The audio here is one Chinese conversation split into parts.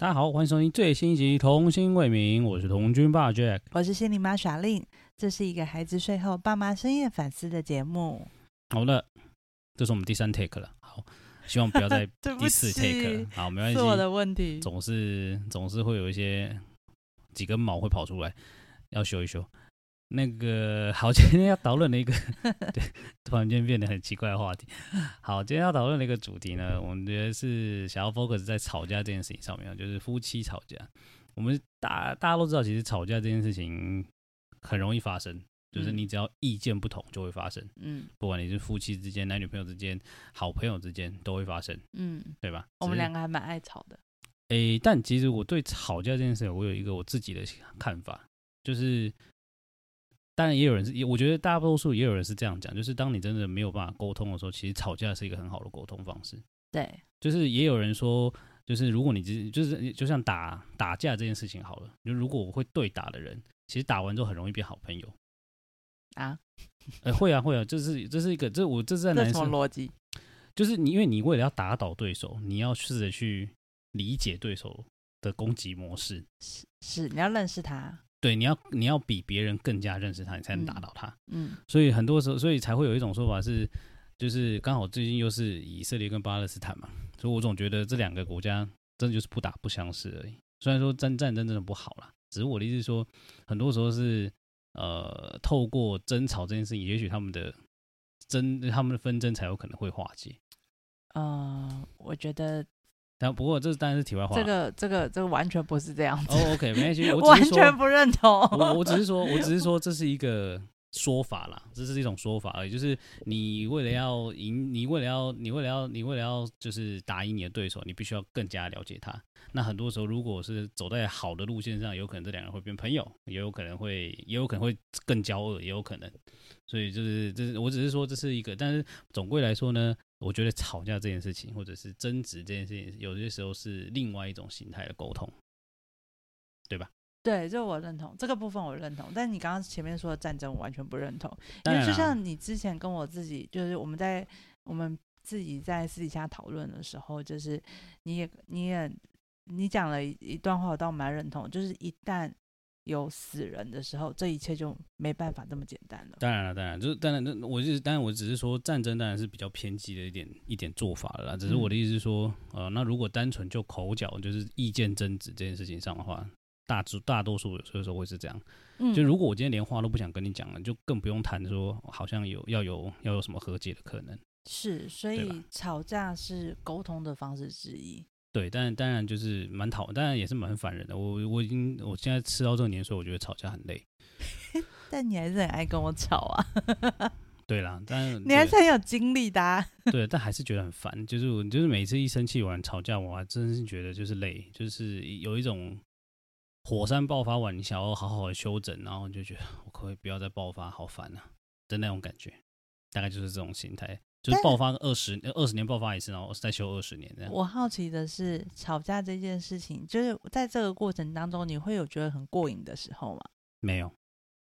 大家好，欢迎收听最新一集《童心未泯》，我是童军爸 Jack， 我是心理妈耍令。这是一个孩子睡后爸妈深夜反思的节目。 好了，这是我们第3 take 了，好，希望不要再第4 take 了。好，没关系， 是我的问题， 总是会有一些几根毛会跑出来，要修一修。那个好，今天要讨论的一个对，突然间变得很奇怪的话题。好，今天要讨论的一个主题呢，我们觉得是想要 focus 在吵架这件事情上面，就是夫妻吵架。我们大家都知道，其实吵架这件事情很容易发生，就是你只要意见不同就会发生。不管你是夫妻之间、男女朋友之间、好朋友之间都会发生。对吧？ 我们两个还蛮爱吵的。 但其实我对吵架这件事情，我有一个我自己的看法，就是。当然也有人是，我觉得大多数也有人是这样讲，就是当你真的没有办法沟通的时候，其实吵架是一个很好的沟通方式。 对， 就是也有人说，就是如果你就像打架这件事情好了，就如果我会对打的人，其实打完之后很容易变好朋友啊。 会啊，这是一个，这是在男生什么逻辑？ 就是因为你为了要打倒对手，你要试着去理解对手的攻击模式， 是你要认识他。 对，你要比别人更加认识他，你才能打倒他。所以很多时候，所以才会有一种说法是，就是刚好最近又是以色列跟巴勒斯坦嘛，所以我总觉得这两个国家真的就是不打不相识而已。虽然说战争真的不好啦，只是我的意思是说，很多时候是透过争吵这件事情，也许他们的纷争才有可能会化解。 我觉得。 但不过这当然是题外话。 这个完全不是这样子。 OK， 没关系，我完全不认同。 我只是说这是一个说法啦，这是一种说法而已。就是你为了要赢，你为了要就是打赢你的对手，你必须要更加了解他。那很多时候，如果是走在好的路线上，有可能这两个人会变朋友，也有可能会更交恶，也有可能。所以我只是说这是一个，但是总归来说呢。我觉得吵架这件事情，或者是争执这件事情，有些时候是另外一种形态的沟通，对吧？ 对，这我认同，这个部分我认同。但你刚刚前面说的战争，我完全不认同。因为就像你之前跟我自己，就是我们自己在私底下讨论的时候，就是你讲了一段话，我倒蛮认同，就是一旦有死人的时候，这一切就没办法这么简单了。 当然了，就是当然，我只是说战争当然是比较偏激的一点做法了啦。只是我的意思是说，那如果单纯就口角就是意见争执这件事情上的话，大多数有时候会是这样。就如果我今天连话都不想跟你讲了，就更不用谈说好像要有什么和解的可能。 是，所以吵架是沟通的方式之一。 对，当然就是当然也是蛮烦人的。我现在吃到这个年岁，我觉得吵架很累。 但你还是很爱跟我吵啊。 对啦，但你还是很有精力的啊。 对，但还是觉得很烦。就是每次一生气完吵架，我还真是觉得就是累，就是有一种火山爆发完，你想要好好的休整，然后你就觉得我可不可以不要再爆发，好烦啊的那种感觉，大概就是这种心态。就是爆发20年爆发一次，然后再休20年这样。我好奇的是，吵架这件事情，就是在这个过程当中，你会有觉得很过瘾的时候吗？ 没有。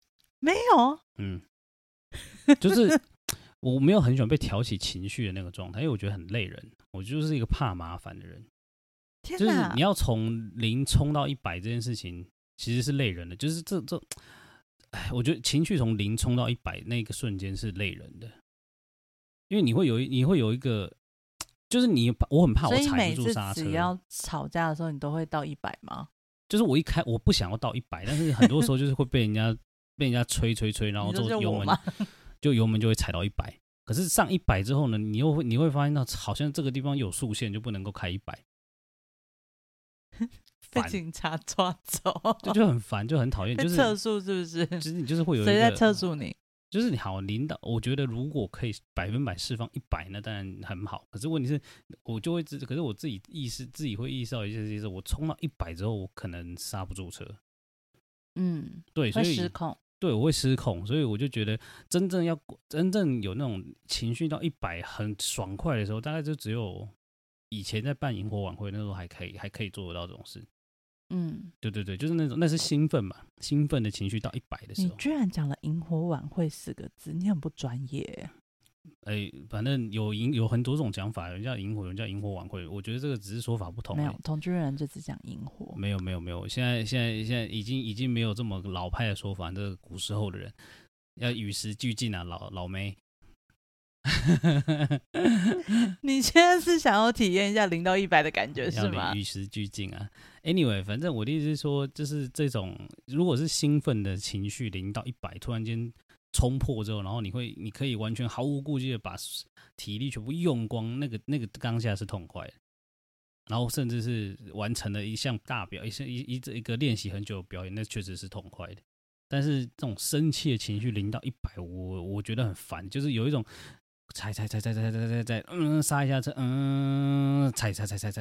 就是我没有很喜欢被挑起情绪的那个状态，因为我觉得很累人。我就是一个怕麻烦的人。 天哪！ 就是你要从0冲到100这件事情，其实是累人的。就是我觉得情绪从0冲到100那个瞬间是累人的。因为你会有一个，就是我很怕我踩不住刹车。 所以每次只要吵架的时候，你都会到100吗？ 就是我不想要到100，但是很多时候就是会被人家吹，然后做油门，油门就会踩到100。可是上100之后呢，你会发现到好像这个地方有速限，就不能够开100， 被警察抓走， 就很烦，就很讨厌。就是测速是不是？ 就是你就是会有一个谁在测速你？ 就是你好领导，我觉得如果可以100%释放100，那当然很好。可是问题是，可是我自己会意识到一些事情，我冲到100之后，我可能刹不住车。对，所以会失控。 对，我会失控，所以我就觉得真正有那种情绪到100很爽快的时候，大概就只有以前在办萤火晚会那时候还可以做得到这种事。对，就是那是兴奋嘛，兴奋的情绪到100的时候。 你居然讲了萤火晚会4个字，你很不专业。 反正有很多种讲法，有人叫萤火，有人叫萤火晚会。我觉得这个只是说法不同。 没有，同居人就只讲萤火。 没有，现在已经没有这么老派的说法。这个古时候的人要与时俱进啊，老妹。 你现在是想要体验一下0到100的感觉是吗？ 与时俱进啊。Anyway， 反正我的意思是说，就是这种如果是兴奋的情绪0到100突然间冲破之后，然后你可以完全毫无顾忌的把体力全部用光，那个当下是痛快的，然后甚至是完成了一项大表一个练习很久的表演，那确实是痛快的。但是这种生气的情绪0到100，我觉得很烦，就是有一种踩，刹一下车，踩，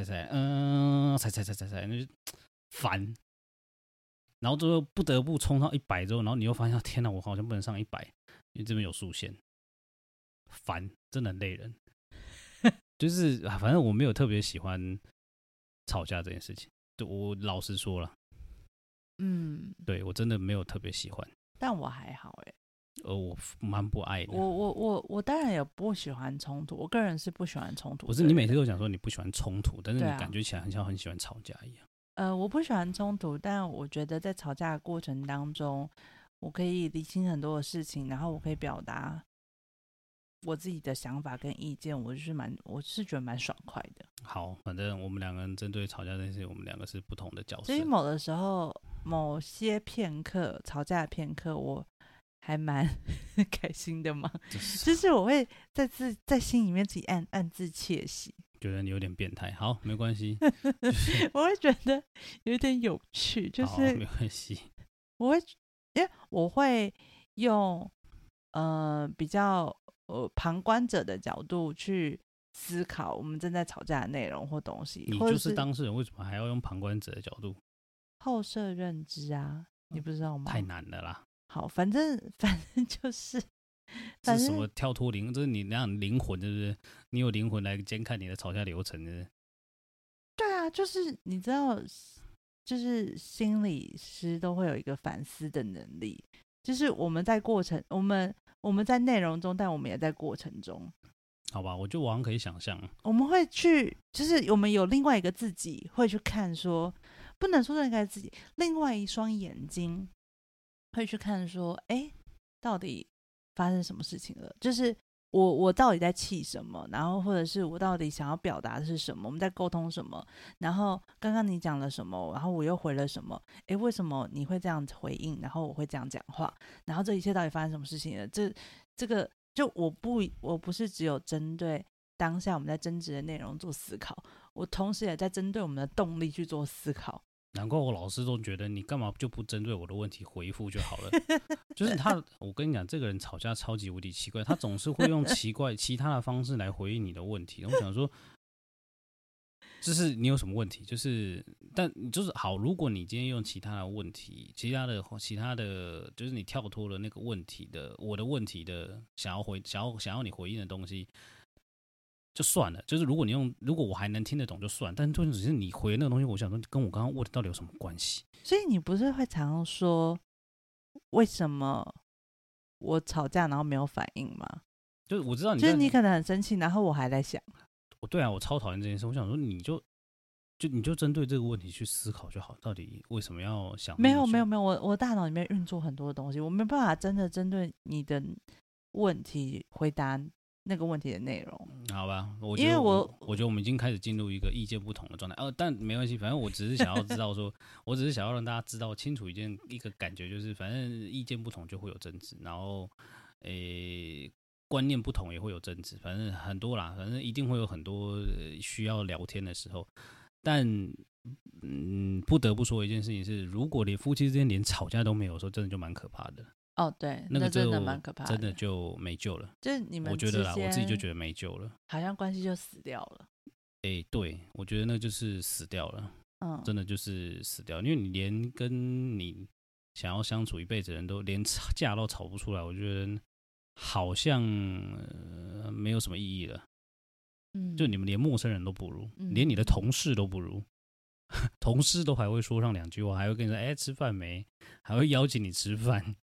那就烦。然后最后不得不冲到100之后，然后你又发现天哪，我好像不能上100，因为这边有速限，烦，真的很累人。就是反正我没有特别喜欢吵架这件事情，对我老实说了，对我真的没有特别喜欢， 但我还好我蛮不爱的。 我当然也不喜欢冲突，我个人是不喜欢冲突。 不是你每次都讲说你不喜欢冲突，但是你感觉起来很像很喜欢吵架一样。 我不喜欢冲突，但我觉得在吵架的过程当中，我可以理清很多的事情，然后我可以表达我自己的想法跟意见，我是觉得蛮爽快的。 好，反正我们两个人针对吵架这件事情，我们两个是不同的角色。 所以某的时候，某些片刻吵架的片刻，我还蛮开心的嘛，就是我会在心里面自己暗自窃喜。 觉得你有点变态，好，没关系。 我会觉得有点有趣，就是没关系。 因为我会用比较旁观者的角度去思考我们正在吵架的内容或东西。 你就是当事人，为什么还要用旁观者的角度？ 后设认知啊，你不知道吗？ 太难了啦。 好，反正就是。 这是什么跳脱灵？这是你那样灵魂，是不是？你有灵魂来监看你的吵架流程，是不是？ 对啊，就是你知道，就是心理师都会有一个反思的能力，就是我们在过程，我们在内容中，但我们也在过程中。 好吧，我觉得我好像可以想象， 我们会去，就是我们有另外一个自己会去看说，不能说另外一个自己，另外一双眼睛会去看说，到底发生什么事情了？就是我到底在气什么？然后或者是我到底想要表达的是什么？我们在沟通什么？然后刚刚你讲了什么？然后我又回了什么？为什么你会这样回应？然后我会这样讲话？然后这一切到底发生什么事情了？这个就我不是只有针对当下我们在争执的内容做思考，我同时也在针对我们的动力去做思考。 难怪我老师都觉得你干嘛就不针对我的问题回复就好了。就是我跟你讲，这个人吵架超级无敌奇怪，他总是会用其他的方式来回应你的问题。我想说，就是你有什么问题？但就是好，如果你今天用其他的问题，其他的，就是你跳脱了那个问题的我的问题的想要你回应的东西。就算了，就是如果我还能听得懂就算，但只是你回的那个东西，我想说跟我刚刚问的到底有什么关系？ 所以你不是会常常说为什么我吵架然后没有反应吗？ 就是我知道就是你可能很生气，然后我还在想， 对啊，我超讨厌这件事。我想说你就针对这个问题去思考就好，到底为什么要想？ 没有，我大脑里面运作很多东西，我没办法真的针对你的问题回答那个问题的内容。 好吧，我觉得我们已经开始进入一个意见不同的状态。但没关系，反正我只是想要知道说，我只是想要让大家知道清楚一个感觉，就是反正意见不同就会有争执，然后观念不同也会有争执，反正很多啦，反正一定会有很多需要聊天的时候。但不得不说一件事情是，如果连夫妻之间连吵架都没有的时候，真的就蛮可怕的。 哦，对， 那真的蛮可怕的， 真的就没救了。 就是你们我觉得啦，我自己就觉得没救了， 好像关系就死掉了。 对，我觉得那就是死掉了，真的就是死掉，因为你连跟你想要相处一辈子的人都连架都吵不出来，我觉得好像没有什么意义了。就你们连陌生人都不如，连你的同事都不如，同事都还会说上2句话，还会跟你说吃饭没，还会邀请你吃饭。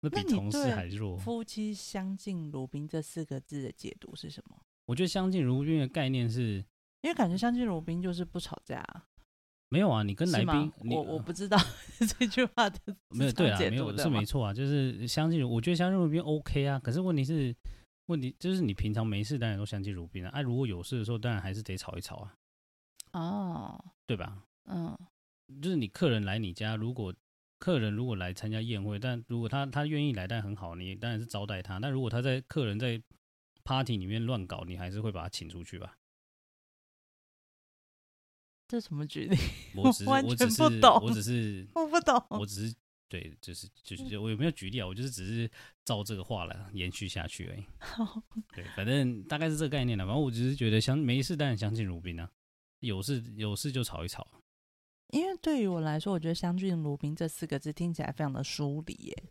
那比同事还弱。 夫妻相敬如宾这4个字的解读是什么？ 我觉得相敬如宾的概念是， 因为感觉相敬如宾就是不吵架啊。 没有啊，你跟来宾， 我不知道这句话的没有对啊，没有是没错啊，就是我觉得相敬如宾 OK 啊。可是问题就是你平常没事当然都相敬如宾啊，如果有事的时候当然还是得吵一吵啊。 哦， 对吧？就是你客人来你家，客人如果来参加宴会，但如果他愿意来，但很好，你当然是招待他。但如果客人在 party 里面乱搞，你还是会把他请出去吧？ 这什么举例？ 我完全不懂。 我只是对，就是我有没有举例啊？我就是只是照这个话来延续下去而已。对，反正大概是这个概念了。反正我只是觉得没事当然相敬如宾啊，有事就吵一吵。 因为对于我来说，我觉得相敬如宾这4个字听起来非常的疏离耶。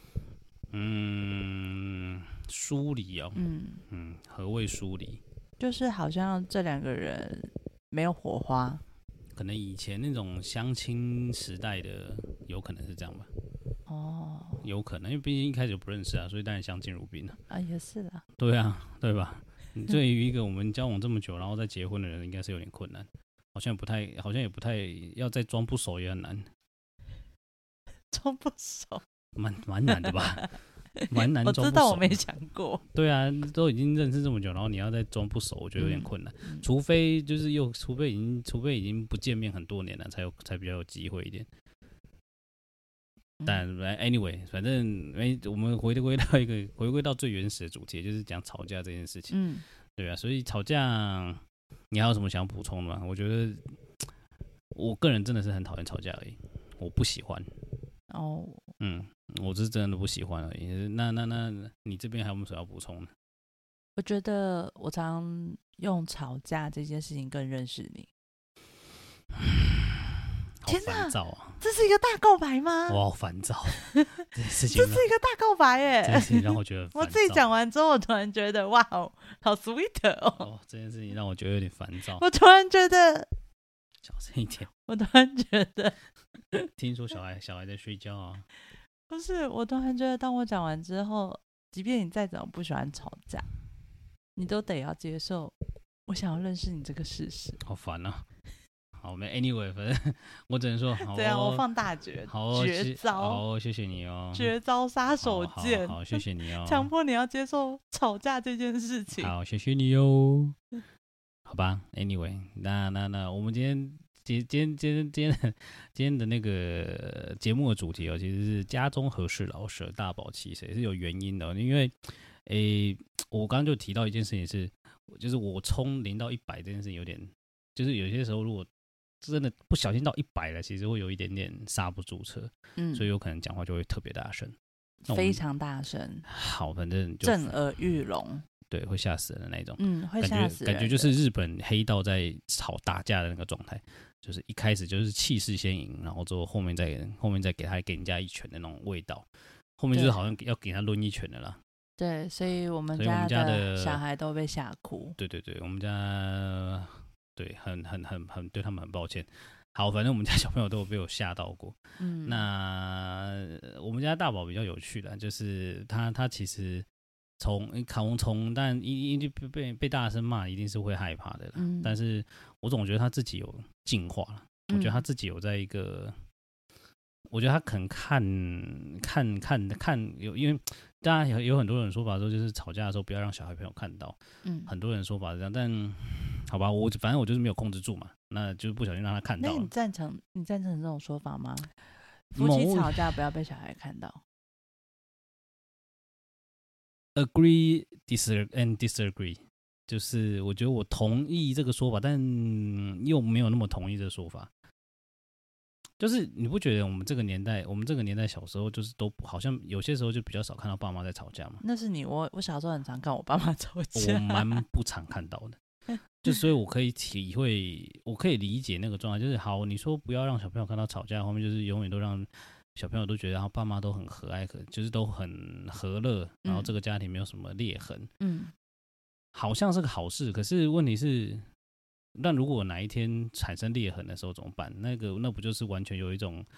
疏离哦。何谓疏离？ 就是好像这2个人没有火花。 可能以前那种相亲时代的，有可能是这样吧。有可能，因为毕竟一开始就不认识啊，所以当然相敬如宾了。 也是啦。 对啊，对吧？对于一个我们交往这么久，然后再结婚的人，应该是有点困难。好像也不太要再装不熟也很难。 装不熟， 蛮难的吧？蛮难装不熟。 我知道，我没想过。 对啊，都已经认识这么久，然后你要再装不熟，我觉得有点困难。除非已经不见面很多年了，才比较有机会一点。但 anyway， 反正我们回归到最原始的主题，就是讲吵架这件事情。对啊，所以吵架，你还有什么想补充的吗？我觉得我个人真的是很讨厌吵架而已，我不喜欢。我是真的不喜欢而已。那你这边还有没有什么要补充的？ 我觉得我常用吵架这件事情更认识你。 好烦躁啊！ 这是一个大告白吗？ 我好烦躁，这是一个大告白耶！ 这件事情让我觉得烦躁。 我自己讲完之后，我突然觉得哇，好 sweet 哦！ 这件事情让我觉得有点烦躁。 我突然觉得小声一点。 我突然觉得， 听说小孩在睡觉啊？ 不是，我突然觉得，当我讲完之后，即便你再怎么不喜欢吵架，你都得要接受我想要认识你这个事实。 好烦啊！好，没 anyway， 反正我只能说， 这样我放大绝招， 好，谢谢你哦， 绝招杀手锏， 好，谢谢你哦， 强迫你要接受吵架这件事情。 好，谢谢你哦。好吧 ，anyway， 那我们今天的那个节目的主题哦，其实是家中何事老舍大宝其实也是有原因的，因为我刚刚就提到一件事情是，就是我从0到100这件事情有点，就是有些时候如果真的不小心到100了，其实会有一点点刹不住车，所以有可能讲话就会特别大声， 非常大声。 好，反正就震耳欲聋。 对，会吓死人的那种。 会吓死人。 感觉就是日本黑道在打架的那个状态，就是一开始就是气势先赢，然后之后后面再给人家一拳的那种味道，后面就是好像要给他抡一拳的啦。 对，所以我们家的小孩都被吓哭。 对，我们家对很对他们很抱歉。好，反正我们家小朋友都有被我吓到过。那我们家大宝比较有趣的，就是他其实但一定被大声骂，一定是会害怕的啦。但是我总觉得他自己有进化了，我觉得他自己有在一个，我觉得他可能看，因为大家有很多人说法说，就是吵架的时候不要让小孩朋友看到。很多人说法是这样，但好吧，反正我就是没有控制住嘛，那就是不小心让他看到了。 那你赞成这种说法吗？夫妻吵架不要被小孩看到。 Agree, disagree， 就是我觉得我同意这个说法，但又没有那么同意这个说法。就是你不觉得我们这个年代小时候就是都好像有些时候就比较少看到爸妈在吵架吗？ 那是你，我小时候很常看我爸妈吵架， 我蛮不常看到的。就所以我可以体会，我可以理解那个状态，就是好，你说不要让小朋友看到吵架，后面就是永远都让小朋友都觉得，然后爸妈都很和蔼，就是都很和乐，然后这个家庭没有什么裂痕，好像是个好事。可是问题是，那如果哪一天产生裂痕的时候怎么办？那不就是完全有一种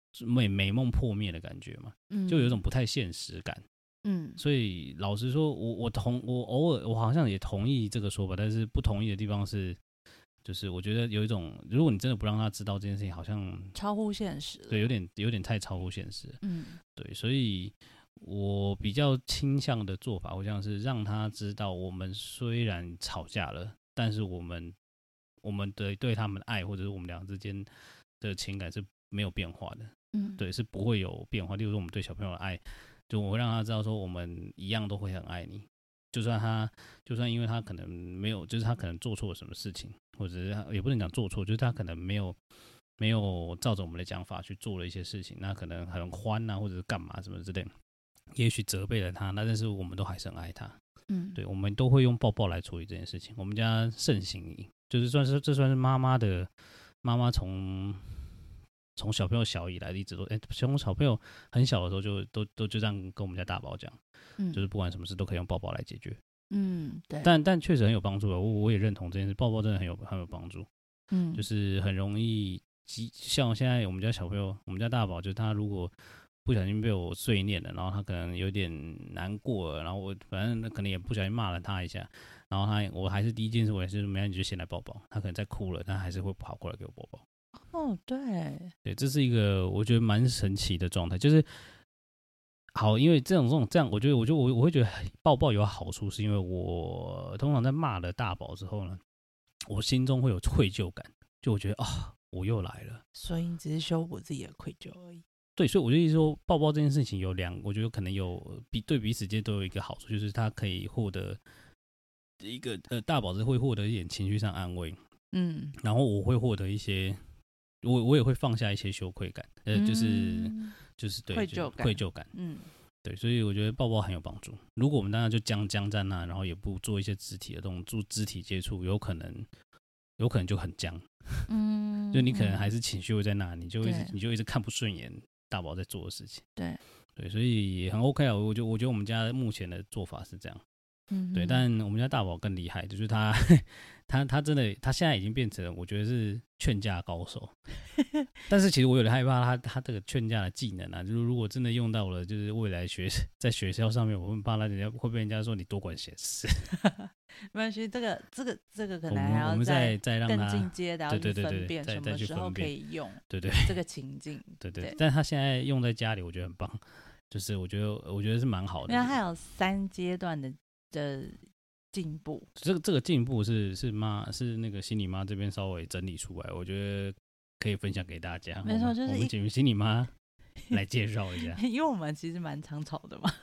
美梦破灭的感觉嘛，就有一种不太现实感。所以老实说，我偶尔我好像也同意这个说法，但是不同意的地方是，就是我觉得有一种，如果你真的不让他知道这件事情，好像超乎现实了， 对，有点太超乎现实。对，所以我比较倾向的做法，好像是让他知道，我们虽然吵架了，但是我们的对他们的爱，或者是我们俩之间的情感是没有变化的。对，是不会有变化。例如说，我们对小朋友的爱。就我会让他知道说，我们一样都会很爱你，就算因为他可能没有，就是他可能做错了什么事情，或者是也不能讲做错，就是他可能没有照着我们的讲法去做了一些事情，那可能很欢啊，或者是干嘛什么之类的，也许责备了他，那但是我们都还是很爱他。对，我们都会用抱抱来处理这件事情。我们家盛行，就是这算是妈妈从小朋友小以来一直都，从小朋友很小的时候就这样跟我们家大宝讲，就是不管什么事都可以用抱抱来解决。对。但确实很有帮助的，我也认同这件事，抱抱真的很有帮助。就是很容易，像现在我们家小朋友，我们家大宝，就是他如果不小心被我碎念了，然后他可能有点难过了，然后我反正可能也不小心骂了他一下，然后我还是第一件事，我也是没你就先来抱抱。他可能在哭了，但还是会跑过来给我抱抱。对，这是一个我觉得蛮神奇的状态，就是好，因为这样，我觉得我会觉得抱抱有好处，是因为我通常在骂了大宝之后呢，我心中会有愧疚感，就我觉得我又来了， 所以你只是修补自己的愧疚而已。 对，所以我就意思说，抱抱这件事情我觉得可能对彼此间都有一个好处，就是他可以获得一个大宝是会获得一点情绪上安慰，然后我会获得一些。我也会放下一些羞愧感，就是对愧疚感，对，所以我觉得抱抱很有帮助。如果我们当然就僵在那，然后也不做一些肢体的动作、肢体接触，有可能就很僵，就你可能还是情绪会在那，你就一直看不顺眼大宝在做的事情，对，所以也很 OK 啊。我觉得我们家目前的做法是这样。对，但我们家大宝更厉害，就是他真的，他现在已经变成我觉得是劝架高手。但是其实我有点害怕他这个劝架的技能啊，就是如果真的用到了，就是未来在学校上面，我很怕人家会被人家说你多管闲事。 没关系，这个可能还要再让他更进阶的要去分辨什么时候可以用，对这个情境， 对。但他现在用在家里，我觉得很棒，就是我觉得是蛮好的。 因为他有3阶段的进步， 这个进步是那个心理妈这边稍微整理出来，我觉得可以分享给大家。 没错，就是我们请心理妈来介绍一下， 因为我们其实蛮常吵的嘛。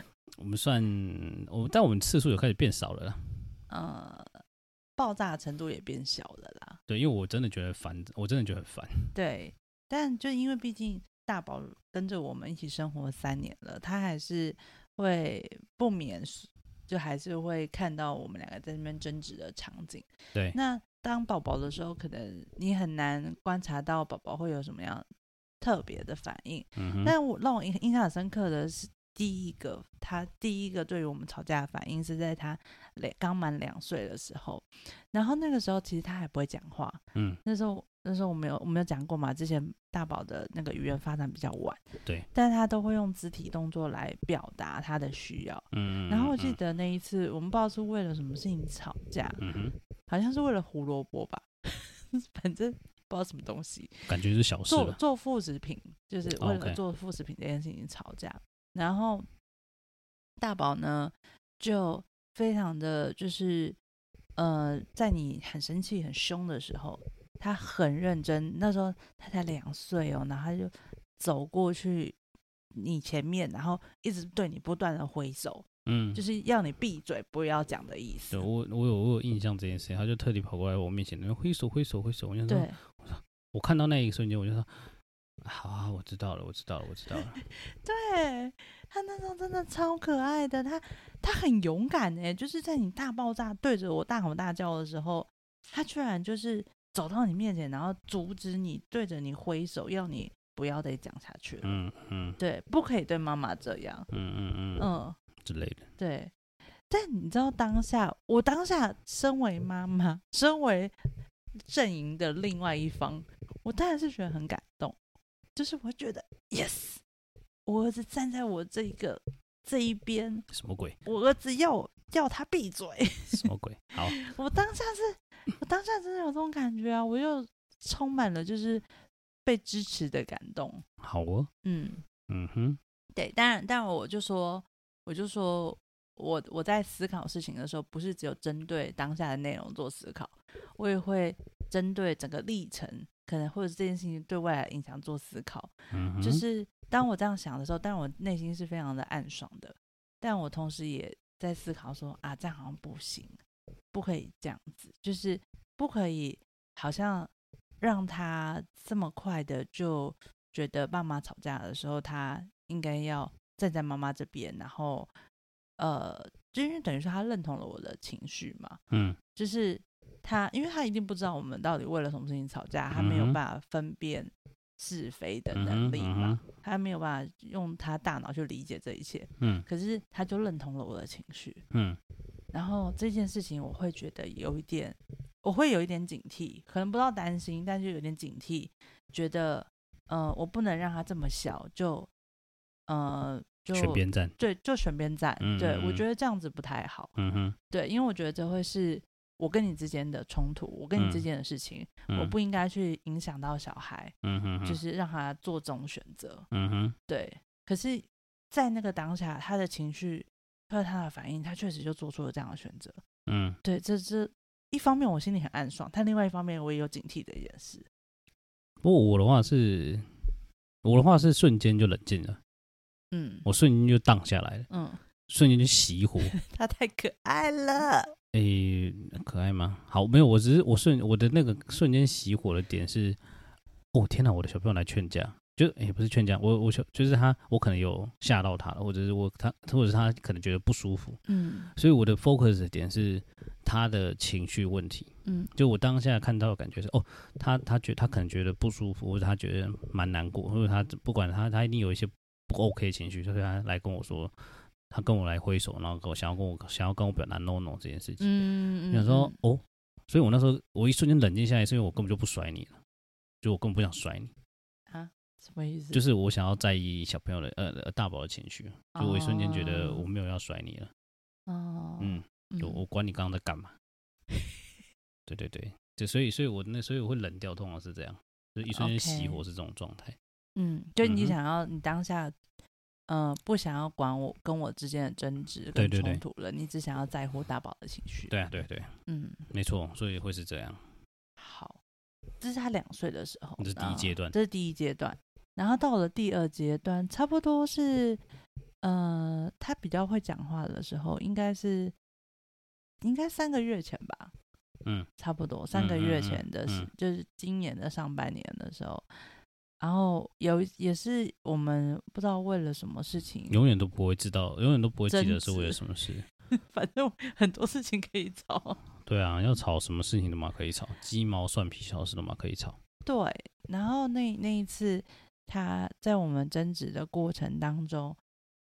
但我们次数有开始变少了啦。爆炸的程度也变小了啦。 对，因为我真的觉得烦，很烦。 对，但就因为毕竟大宝跟着我们一起生活3年了，他还是会不免就还是会看到我们2个在那边争执的场景。 对， 那当宝宝的时候，可能你很难观察到宝宝会有什么样特别的反应。但让我印象很深刻的是，他第一个对于我们吵架的反应是在他刚满2岁的时候，然后那个时候其实他还不会讲话。那时候我们有讲过嘛，之前大宝的那个语言发展比较晚， 对， 但他都会用肢体动作来表达他的需要。然后我记得那一次我们不知道是为了什么事情吵架，好像是为了胡萝卜吧，反正不知道什么东西， 感觉是小事吧。 做副食品，就是为了做副食品这件事情吵架。然后大宝呢就非常的就是在你很生气很凶的时候，他很认真，那时候他才2岁哦，然后他就走过去你前面，然后一直对你不断的挥手，就是要你闭嘴不要讲的意思。 对，我有印象这件事情，他就特地跑过来我面前那边挥手，我就说，我看到那一瞬间我就说，好啊，我知道了。 对，他那时候真的超可爱的，他很勇敢耶，就是在你大爆炸对着我大吼大叫的时候，他居然就是走到你面前，然后阻止你，对着你挥手，要你不要再讲下去了。对，不可以对妈妈这样。 之类的。 对，但你知道我当下身为妈妈，身为阵营的另外一方，我当然是觉得很感动。 就是我觉得 yes， 我儿子站在我这一边， 什么鬼？ 我儿子要他闭嘴， 什么鬼？好， 我当下真的有这种感觉啊，我又充满了就是被支持的感动。 好哦，嗯哼， 对，当然我就说我在思考事情的时候，不是只有针对当下的内容做思考，我也会针对整个历程，可能或者是这件事情对未来的影响做思考。就是当我这样想的时候，当然我内心是非常的暗爽的，但我同时也在思考说啊，这样好像不行，不可以这样子，就是不可以好像让他这么快的就觉得爸妈吵架的时候，他应该要站在妈妈这边，然后就因为等于说他认同了我的情绪嘛，就是他，因为他一定不知道我们到底为了什么事情吵架，他没有办法分辨是非的能力嘛，他没有办法用他大脑去理解这一切，可是他就认同了我的情绪，然后这件事情我会觉得我会有一点警惕，可能不到担心，但就有点警惕，觉得我不能让他这么小就选边站， 对，就选边站，对，我觉得这样子不太好，对，因为我觉得这会是我跟你之间的冲突，我跟你之间的事情，我不应该去影响到小孩，就是让他做这种选择，对，可是在那个当下，他的情绪和他的反应，他确实就做出了这样的选择，对，这一方面我心里很暗爽，但另外一方面我也有警惕的一件事。 不过我的话是瞬间就冷静了，我瞬间就荡下来了，瞬间就熄火。 他太可爱了， 可爱吗？好，没有，我的那个瞬间熄火的点是，哦天哪，我的小朋友来劝架，就不是劝架，就是我可能有吓到他了，或者是他可能觉得不舒服，所以我的 focus 的点是他的情绪问题，就我当下看到的感觉是，他可能觉得不舒服，或者他觉得蛮难过，或者他不管他一定有一些不 OK 的情绪，所以他来跟我说，他跟我来挥手，然后想要跟我表达 no 这件事情，想说所以我那时候我一瞬间冷静下来，是因为我根本就不甩你了，就我根本不想甩你啊， 什么意思？ 就是我想要在意小朋友的大宝的情绪，就我一瞬间觉得我没有要甩你了，就我管你刚刚在干嘛，对对对，所以我会冷掉，通常是这样，就一瞬间熄火是这种状态， 就你想要你当下。不想要管我跟我之间的争执跟冲突了，你只想要在乎大宝的情绪。 对啊，对，没错，所以会是这样。 好，这是他2岁的时候， 这是第一阶段， 这是第一阶段。然后到了第2阶段，差不多是他比较会讲话的时候，应该3个月前吧，差不多3个月前的事，就是今年的上半年的时候。然后也是我们不知道为了什么事情， 永远都不会知道，永远都不会记得是为了什么事。 反正很多事情可以吵。 对啊，要吵什么事情都嘛可以吵，鸡毛蒜皮小事都嘛可以吵。 对，然后那一次他在我们争执的过程当中，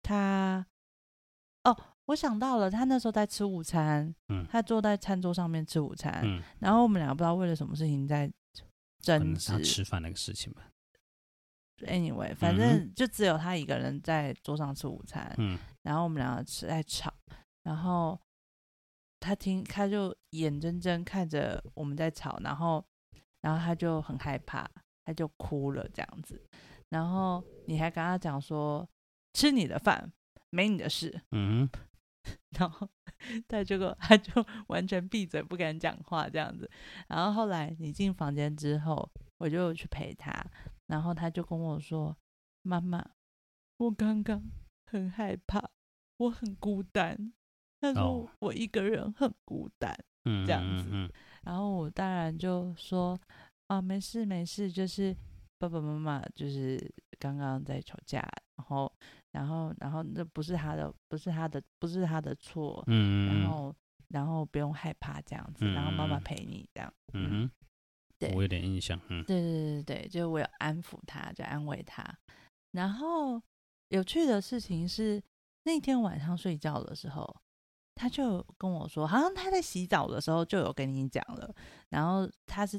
我想到了，他那时候在吃午餐，他坐在餐桌上面吃午餐，然后我们两个不知道为了什么事情在争执， 他吃饭那个事情吧。 Anyway， 反正就只有他一个人在桌上吃午餐，然后我们两个在吵，然后他就眼睁睁看着我们在吵，然后他就很害怕，他就哭了这样子，然后你还跟他讲说吃你的饭，没你的事，然后他就完全闭嘴不敢讲话这样子，然后后来你进房间之后，我就去陪他。然后他就跟我说：“妈妈，我刚刚很害怕，我很孤单。”他说：“我一个人很孤单。”这样子。然后我当然就说：“啊，没事没事，就是爸爸妈妈就是刚刚在吵架，然后那不是他的错，然后不用害怕这样子，然后妈妈陪你这样。”对， 我有点印象， 对，就我有安抚他，就安慰他。然后有趣的事情是，那天晚上睡觉的时候，他就跟我说，好像他在洗澡的时候就有跟你讲了。然后他是在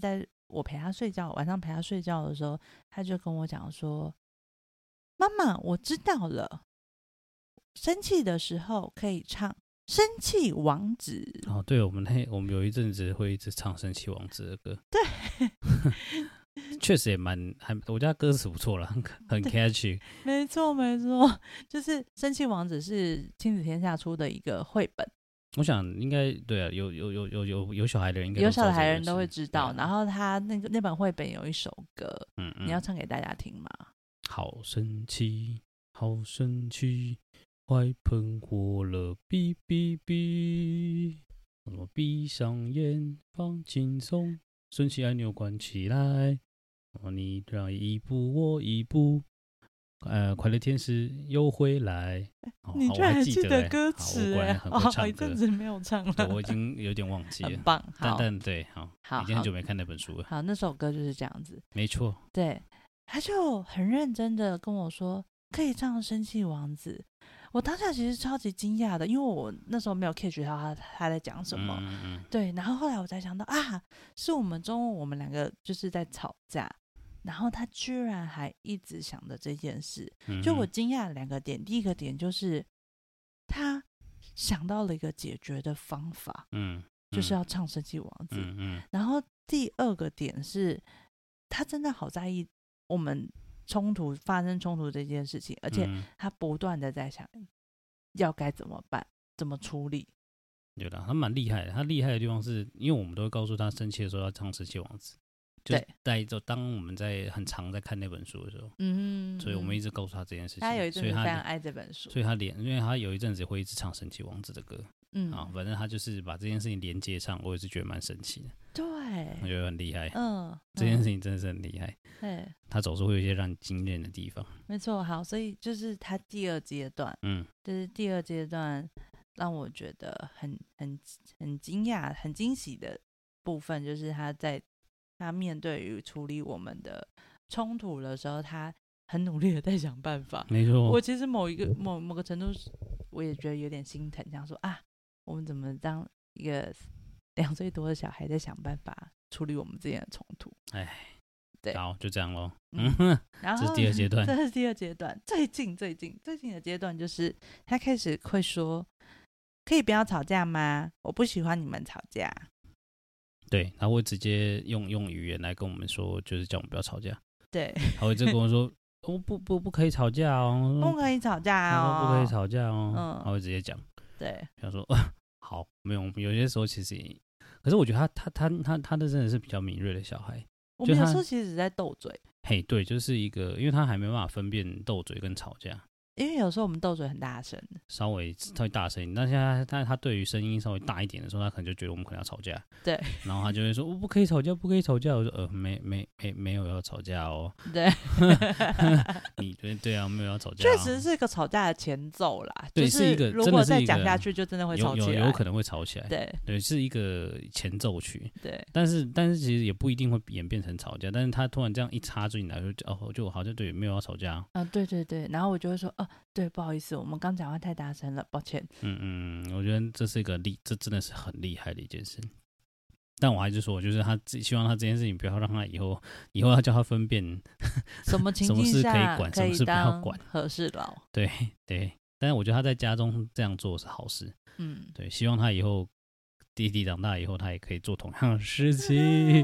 我陪他睡觉，晚上陪他睡觉的时候，他就跟我讲说：“妈妈，我知道了，生气的时候可以唱《生气王子》。” 哦，对，我们有一阵子会一直唱《生气王子》的歌。 对。 确实也我觉得歌词不错啦，很 catchy。 没错没错，就是《生气王子》是亲子天下出的一个绘本。 我想应该对啊，有小孩的人应该有小孩的人都会知道。 啊、 然后他那本绘本有一首歌，你要唱给大家听吗？ 好生气，好生气，快喷火了，哔哔哔！我闭上眼，放轻松，生气按钮关起来。你让一步我一步，快乐天使又回来。 你居然还记得歌词？ 我果然很会唱歌。 一阵子没有唱了， 我已经有点忘记了。 很棒， 但对，好，已经很久没看那本书了。 好，那首歌就是这样子。 没错。 对，他就很认真的跟我说，可以唱《生气王子》。我当下其实超级惊讶的，因为我那时候没有 catch 到他在讲什么。对，然后后来我才想到啊，是我们中午我们两个就是在吵架，然后他居然还一直想着这件事。就我惊讶的2个点，第一个点就是他想到了一个解决的方法，就是要唱《生气王子》。然后第二个点是，他真的好在意我们发生冲突这件事情，而且他不断的在想要该怎么办，怎么处理。 对的，他蛮厉害的。他厉害的地方是因为我们都会告诉他生气的时候要唱《生气王子》。对，当我们很常在看那本书的时候，所以我们一直告诉他这件事情。 他有一阵子非常爱这本书， 所以因为他有一阵子会一直唱《生气王子》的歌。反正他就是把这件事情连接上，我也是觉得蛮神奇的。 对， 我觉得很厉害。这件事情真的是很厉害。 对， 他总是会有一些让你惊艳的地方。 没错，好，所以就是他第二阶段，就是第二阶段让我觉得很惊讶、很惊喜的部分，就是他面对于处理我们的冲突的时候，他很努力的在想办法。 没错， 我其实某个程度，我也觉得有点心疼，想说啊，我们怎么当一个2岁多的小孩在想办法处理我们之间的冲突？ 哎， 对， 好，就这样咯。 然后这是第二阶段， 这是第二阶段。最近的阶段就是他开始会说，可以不要吵架吗？我不喜欢你们吵架。 对，他会直接用语言来跟我们说，就是叫我们不要吵架。 对， 他会直接跟我说，不可以吵架哦， 不可以吵架哦， 不可以吵架哦。他会直接讲。 对， 他说好，没有，有些时候其实可是我觉得他的真的是比较敏锐的小孩。 我们有时候其实只在斗嘴。 嘿，对，就是一个，因为他还没办法分辨斗嘴跟吵架。 因为有时候我们斗嘴很大声， 稍微大声一点，但现在他对于声音稍微大一点的时候，他可能就觉得我们可能要吵架。 对， 然后他就会说：“我不可以吵架，不可以吵架。”我说：“没有要吵架哦。” 对， 你对啊，没有要吵架。 确实是一个吵架的前奏啦。 对， 是一个， 如果再讲下去，就真的会吵起来， 有可能会吵起来。对，是一个前奏曲。 对， 但是其实也不一定会演变成吵架。但是他突然这样一插进来，就好像对，没有要吵架。 对，然后我就会说：“对，不好意思，我们刚讲话太大声了，抱歉。” 我觉得这是一个这真的是很厉害的一件事。但我还是说，就是希望他这件事情不要让他以后要叫他分辨什么情境什么事可以下管，什么事不要管， 和事佬。 对。但是我觉得他在家中这样做是好事。对，希望他以后弟弟长大以后，他也可以做同样的事情。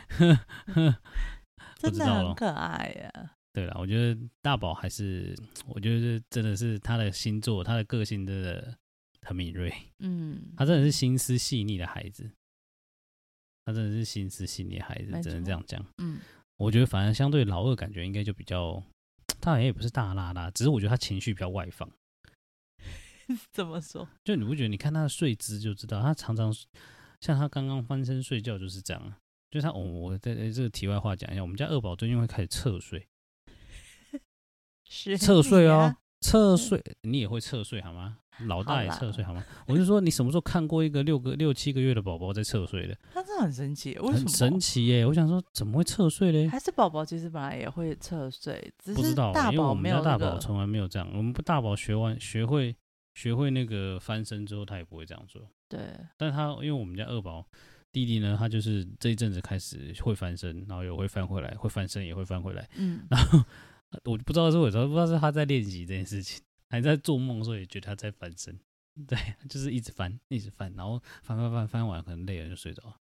真的很可爱呀。 对啦，我觉得大宝我觉得真的是他的星座，他的个性真的很敏锐。他真的是心思细腻的孩子。真的这样讲。我觉得反而相对老二感觉应该就比较，他好像也不是大拉拉，只是我觉得他情绪比较外放。 怎么说？ 就你不觉得你看他的睡姿就知道，他常常像他刚刚翻身睡觉就是这样。就是我在这个题外话讲一下，我们家二宝最近会开始侧睡。侧睡哦，侧睡，你也会侧睡好吗？老大也侧睡好吗？我就说你什么时候看过一个6、7个月的宝宝在侧睡的？ 他真的很神奇，为什么？ 很神奇耶！我想说怎么会侧睡嘞？ 还是宝宝其实本来也会侧睡，只是不知道，因为我们家大宝从来没有这样。我们大宝学会那个翻身之后，他也不会这样做。 对， 但他因为我们家二宝弟弟呢，他就是这一阵子开始会翻身，然后也会翻回来，会翻身也会翻回来。然后我不知道是为什么，不知道是他在练习这件事情，还在做梦的时候也觉得他在翻身。对，就是一直翻，一直翻，然后翻完，可能累了就睡着了。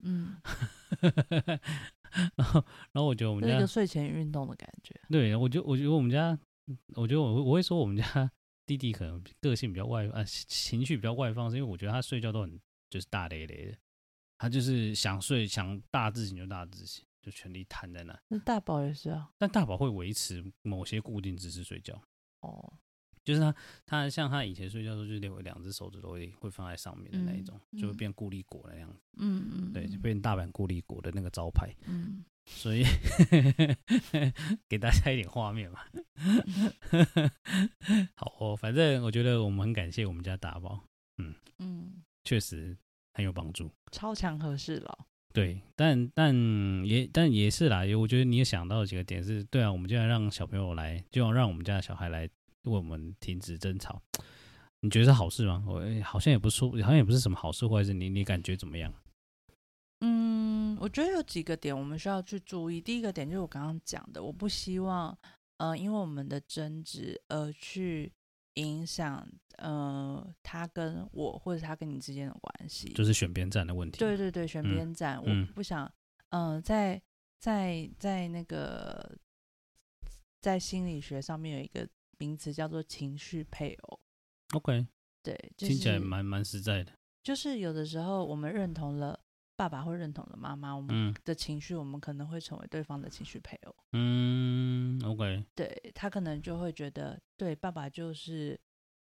然后我觉得我们家这是一个睡前运动的感觉。 对，我觉得我们家，我觉得我会说我们家弟弟可能个性比较情绪比较外放，是因为我觉得他睡觉都很就是大咧咧的，他就是想睡想大字型就大字型，就全力瘫在那。 那大宝也是啊， 但大宝会维持某些固定姿势睡觉。就是他像他以前睡觉的时候，就是2只手指都会放在上面的那一种，就会变固力果的样子。对，就变大阪固力果的那个招牌。所以给大家一点画面嘛。好反正我觉得我们很感谢我们家大宝。确实很有帮助， 超强和事佬。 对，但也是啦，我觉得你也想到几个点是，对啊，我们就要让小朋友来，就要让我们家的小孩来为我们停止争吵，你觉得是好事吗？好像也不是什么好事坏事，你感觉怎么样？ 我觉得有几个点我们需要去注意。第一个点就是我刚刚讲的，我不希望因为我们的争执而去影响他跟我或者他跟你之间的关系， 就是选边站的问题。 对对对，选边站，我不想在那个在心理学上面有一个名词叫做情绪配偶。 OK， 对，就是、 听起来蛮实在的。 就是有的时候我们认同了爸爸或认同了妈妈，我们的情绪，我们可能会成为对方的情绪配偶。 OK， 对，他可能就会觉得，对爸爸就是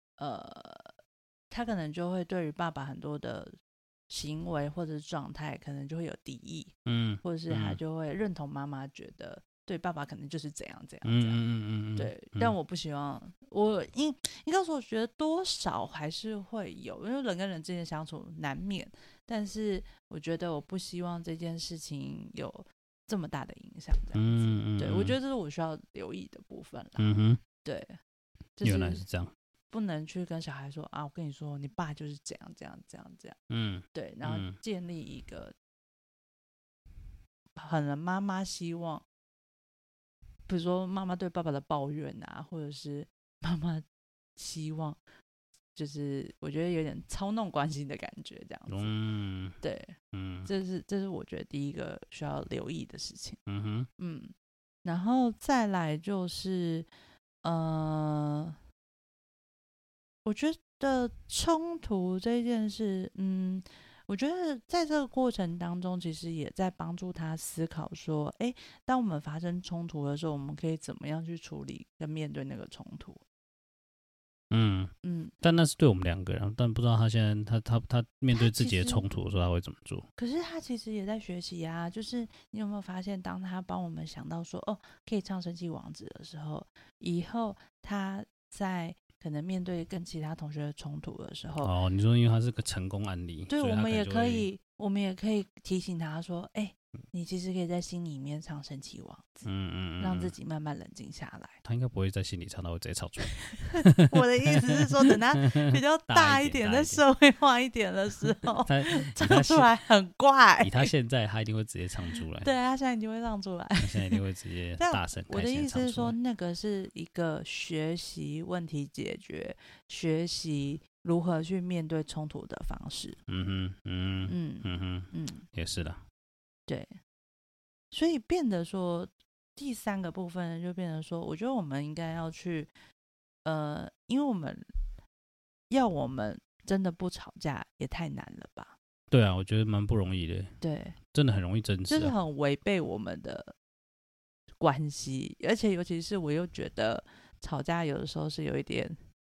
他可能就会对于爸爸很多的行为或者是状态，可能就会有敌意，或者是他就会认同妈妈觉得对爸爸可能就是怎样怎样，对，但我不希望，我应该说，我觉得多少还是会有，因为人跟人之间相处难免，但是我觉得我不希望这件事情有这么大的影响，这样子，对，我觉得这是我需要留意的部分啦，对， 原来是这样。 不能去跟小孩说啊，我跟你说，你爸就是这样这样这样这样，对，然后建立一个可能妈妈希望，比如说妈妈对爸爸的抱怨啊，或者是妈妈希望，就是我觉得有点操弄关系的感觉，这样子，对，这是我觉得第一个需要留意的事情，然后再来就是，我觉得冲突这件事，我觉得在这个过程当中，其实也在帮助他思考说，当我们发生冲突的时候，我们可以怎么样去处理跟面对那个冲突。 但那是对我们2个人，但不知道他现在他面对自己的冲突的时候，他会怎么做？ 可是他其实也在学习啊，就是你有没有发现，当他帮我们想到说，可以唱生气王子的时候，以后他在可能面对跟其他同学的冲突的时候， 你说因为他是个成功案例， 对，我们也可以提醒他说，你其实可以在心里面唱生气王子，让自己慢慢冷静下来。 他应该不会在心里唱，他会直接吵出来。 我的意思是说，等他比较大一点，在社会化一点的时候，唱出来很怪。 以他现在，他一定会直接唱出来。 对，他现在一定会唱出来。 他现在一定会直接大声。 我的意思是说，那个是一个学习问题解决，学习如何去面对冲突的方式。 也是的。 对，所以变得说第3个部分就变成说，我觉得我们应该要去，因为我们真的不吵架也太难了吧？ 对啊，我觉得蛮不容易的。 对， 真的很容易争执， 就是很违背我们的关系，而且尤其是我又觉得吵架有的时候是有一点。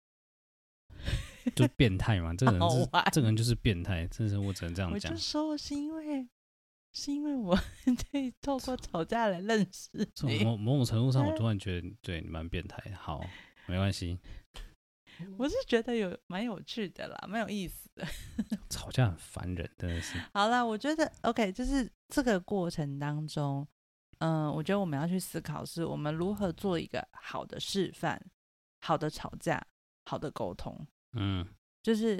就变态嘛，这个人就是变态，真是我只能这样讲。 我就说是因为我可以透过吵架来认识你。 某种程度上，我突然觉得对你蛮变态。好，没关系。 我是觉得蛮有趣的啦，蛮有意思的。 吵架很烦人，真的是。 好啦，我觉得 OK， 就是这个过程当中，我觉得我们要去思考，是我们如何做一个好的示范，好的吵架，好的沟通。就是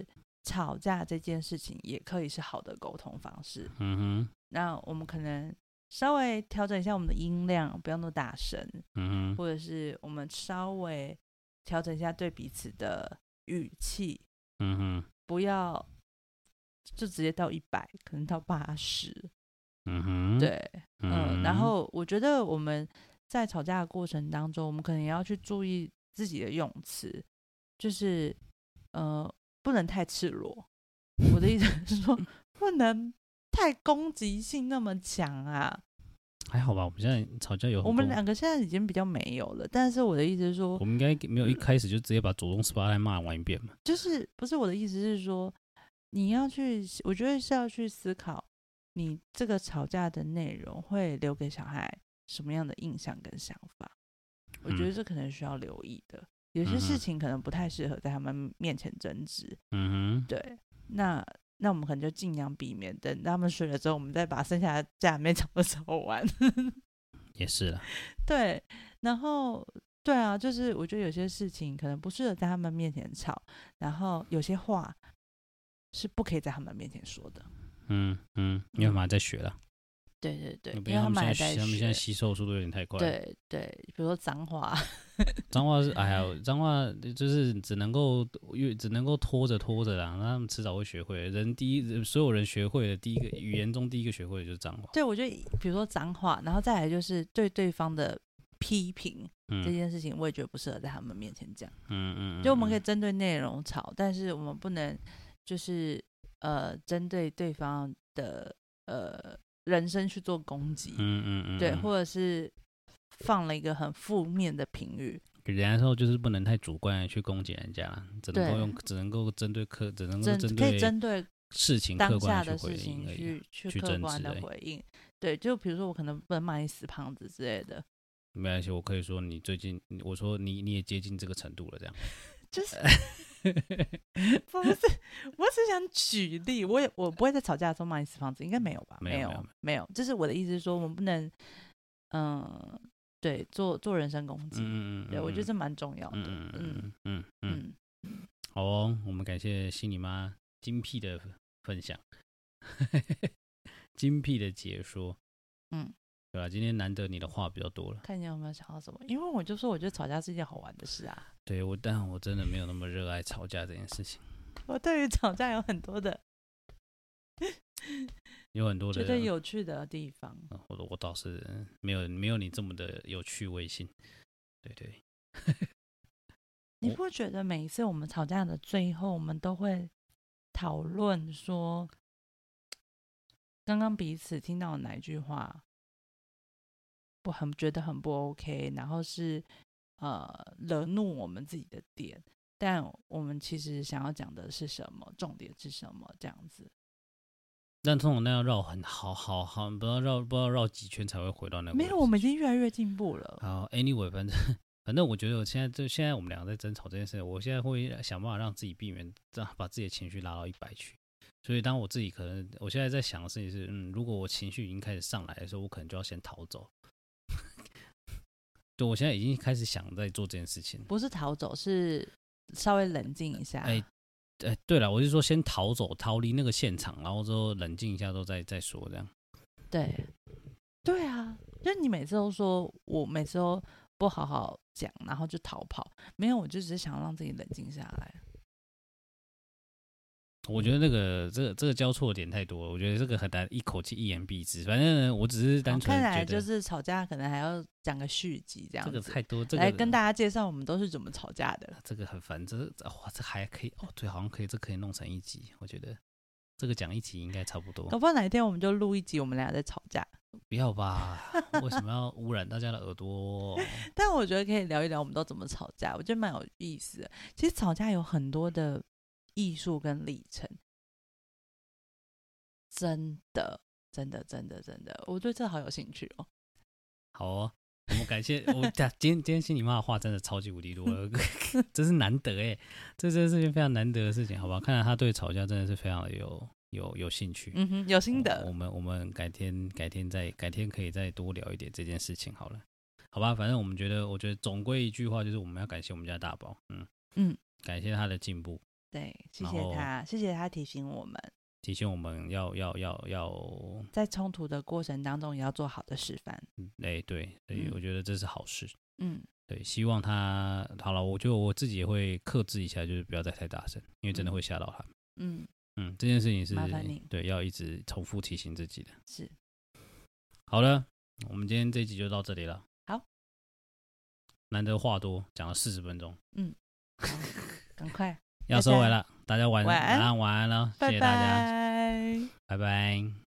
吵架这件事情也可以是好的沟通方式。那我们可能稍微调整一下我们的音量，不要那么大声，或者是我们稍微调整一下对彼此的语气，不要就直接到100，可能到80。对，然后我觉得我们在吵架的过程当中，我们可能也要去注意自己的用词，就是不能太赤裸。我的意思是说，不能太攻击性那么强啊。 还好吧，我们现在吵架有很多， 我们2个现在已经比较没有了。但是我的意思是说， 我们应该没有一开始就直接把祖宗十八代骂完一遍嘛。 就是不是我的意思是说，你要去，我觉得是要去思考，你这个吵架的内容会留给小孩什么样的印象跟想法。我觉得这可能需要留意的。有些事情可能不太适合在他们面前争执。对，那我们可能就尽量避免，等他们睡了之后，我们再把剩下的架没吵的吵完。 也是啦。 对，然后对啊，就是我觉得有些事情可能不适合在他们面前吵，然后有些话是不可以在他们面前说的。 因为他们还在学了。 对对对，因为他们们还在学， 他们现在吸收速度有点太快。 对对，比如说脏话。 脏话是脏话就是只能够拖着啦，那他们迟早会学会。所有人学会的第一个语言中第一个学会的就是脏话。 对，我觉得比如说脏话，然后再来就是对对方的批评，这件事情我也觉得不适合在他们面前讲。就我们可以针对内容吵，但是我们不能就是针对对方的人生去做攻击。对，或者是放了一个很负面的评语。 人家说就是不能太主观的去攻击人家，只能够针对事情当客观下的事情去客观的回应。对，就比如说我可能不能骂你死胖子之类的。 没关系，我可以说你最近，我说你也接近这个程度了，这样。 就是不是，我只想举例，我不会在吵架的时候骂你死胖子，应该没有吧？没有，就是我的意思是说，我们不能对，做人身攻击。对，我觉得这蛮重要的。 好哦，我们感谢心理妈精辟的分享，精辟的解说。对吧？今天难得你的话比较多了， 看你有没有想到什么？因为我就说，我觉得吵架是一件好玩的事啊。 对，但我真的没有那么热爱吵架这件事情。 我对于吵架有很多的觉得有趣的地方。 我倒是没有你这么的有趣味性。对对。 你不会觉得每一次我们吵架的最后，我们都会讨论说，刚刚彼此听到的哪一句话觉得很不 OK， 然后是惹怒我们自己的点，但我们其实想要讲的是什么，重点是什么，这样子。 但通常那要绕很好，不知道绕几圈才会回到那个。 没有，我们已经越来越进步了。 好 ，anyway， 反正我觉得现在我们两个在争吵这件事，我现在会想办法让自己避免把自己的情绪拉到100去。所以当我自己我现在在想的事情是，如果我情绪已经开始上来的时候，我可能就要先逃走。对，我现在已经开始想在做这件事情， 不是逃走，是稍微冷静一下。 对了，我是说先逃走，逃离那个现场，然后之后冷静一下，都再说这样。 对啊，就你每次都说我每次都不好好讲，然后就逃跑，没有，我就只是想让自己冷静下来。 我觉得这个交错点太多了，我觉得这个很难一口气一言蔽之。反正呢，我只是单纯觉得， 看来就是吵架可能还要讲个续集这样子。 这个太多， 来跟大家介绍我们都是怎么吵架的。 这个很烦，这还可以对，好像可以，这可以弄成一集。我觉得这个讲一集应该差不多。 搞不好哪一天我们就录一集，我们俩在吵架。 不要吧？为什么要污染大家的耳朵？ 但我觉得可以聊一聊我们都怎么吵架，我觉得蛮有意思的。其实吵架有很多的艺术跟历程，真的，我对这好有兴趣哦。 好哦，我们感谢今天心理妈的话真的超级无敌多了，真是难得哎，这真是件非常难得的事情，好吧？看来他对吵架真的是非常的有兴趣， 有心得。 我们改天可以再多聊一点这件事情好了，好吧？反正我觉得总归一句话就是我们要感谢我们家大宝，感谢他的进步。 对，谢谢他，谢谢他提醒我们， 要在冲突的过程当中也要做好的示范。 对，所以我觉得这是好事。 嗯， 对，希望他好了，我觉得我自己也会克制一下，就是不要再太大声，因为真的会吓到他们。这件事情是麻烦你， 对，要一直重复提醒自己的。 是， 好了，我们今天这一集就到这里了。 好， 难得话多，讲了40分钟。 好，赶快要收尾了，大家晚安了，谢谢大家，拜拜。